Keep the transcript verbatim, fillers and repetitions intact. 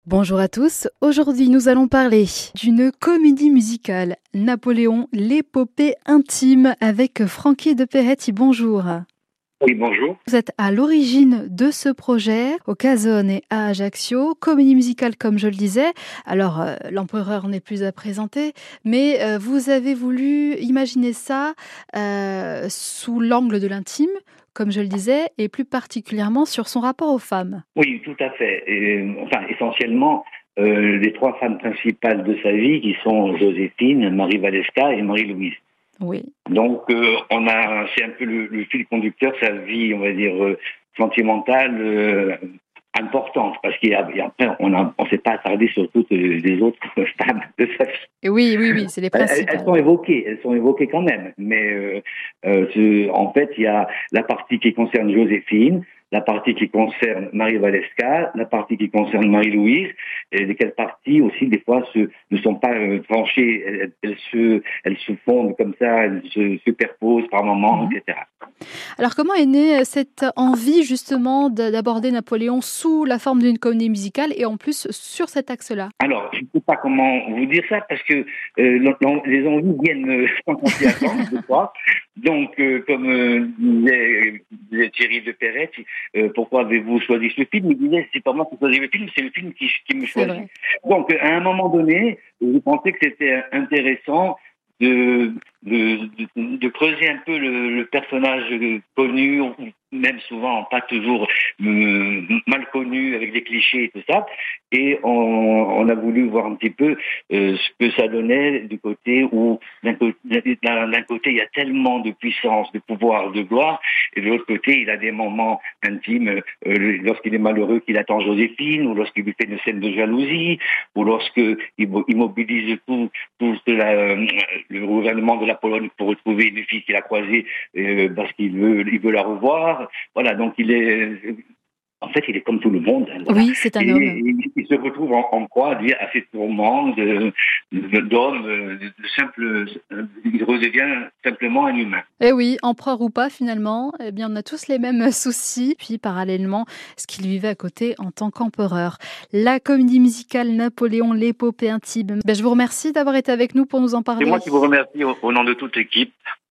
Bonjour à tous, aujourd'hui nous allons parler d'une comédie musicale, Napoléon, l'épopée intime avec Francky de Peretti. Bonjour. Oui, bonjour. Vous êtes à l'origine de ce projet au Casone et à Ajaccio, comédie musicale comme je le disais. Alors euh, l'empereur n'est plus à présenter, mais euh, vous avez voulu imaginer ça euh, sous l'angle de l'intime, comme je le disais, et plus particulièrement sur son rapport aux femmes. Oui, tout à fait. Et, enfin, essentiellement, euh, les trois femmes principales de sa vie, qui sont Joséphine, Marie Walewska et Marie-Louise. Oui. Donc, euh, on a, c'est un peu le, le fil conducteur, sa vie, on va dire, euh, sentimentale euh, importante, parce qu'il y a, et après, on ne on s'est pas attardé sur toutes les autres femmes de sa vie. Et oui, oui, oui, c'est les Elles, elles sont principales. évoquées, elles sont évoquées quand même, mais euh, euh, ce, en fait, il y a la partie qui concerne Joséphine, la partie qui concerne Marie Walewska, la partie qui concerne Marie-Louise, et lesquelles parties aussi des fois se, ne sont pas euh, tranchées, elles, elles se, elles se fondent comme ça, elles se superposent par moments, Mhm. et cetera. Alors comment est née cette envie justement de- d'aborder Napoléon sous la forme d'une comédie musicale et en plus sur cet axe-là? Alors, je ne sais pas comment vous dire ça parce que euh, l'en- l'en- les envies viennent euh, sans qu'on s'y attende, je crois. Donc, euh, comme euh, disait, disait Thierry de Perret, euh, pourquoi avez-vous choisi ce film? Il disait, c'est pas moi qui choisis le film, c'est le film qui, qui me C'est choisit. vrai. Donc, euh, à un moment donné, je pensais que c'était intéressant de, de, de, de creuser un peu le, le personnage connu, ou même souvent pas toujours euh, mal connu, avec des clichés et tout ça. Et on, on a voulu voir un petit peu euh, ce que ça donnait du côté où, d'un côté, d'un côté, il y a tellement de puissance, de pouvoir, de gloire, et de l'autre côté, il a des moments intimes, euh, lorsqu'il est malheureux, qu'il attend Joséphine, ou lorsqu'il lui fait une scène de jalousie, ou lorsqu'il il mobilise tout, tout la, le gouvernement de la Pologne pour retrouver une fille qu'il a croisée euh, parce qu'il veut, il veut la revoir. Voilà, donc il est... En fait, il est comme tout le monde, hein, voilà. Oui, c'est Et, un homme. et il se retrouve en, en proie, lui, à ces tourments de, de, d'homme, de, de simple, il redevient simplement un humain. Eh oui, empereur ou pas finalement, eh bien on a tous les mêmes soucis, puis parallèlement ce qu'il vivait à côté en tant qu'empereur. La comédie musicale Napoléon, l'épopée intime. Ben, je vous remercie d'avoir été avec nous pour nous en C'est parler. moi qui vous remercie au, au nom de toute l'équipe.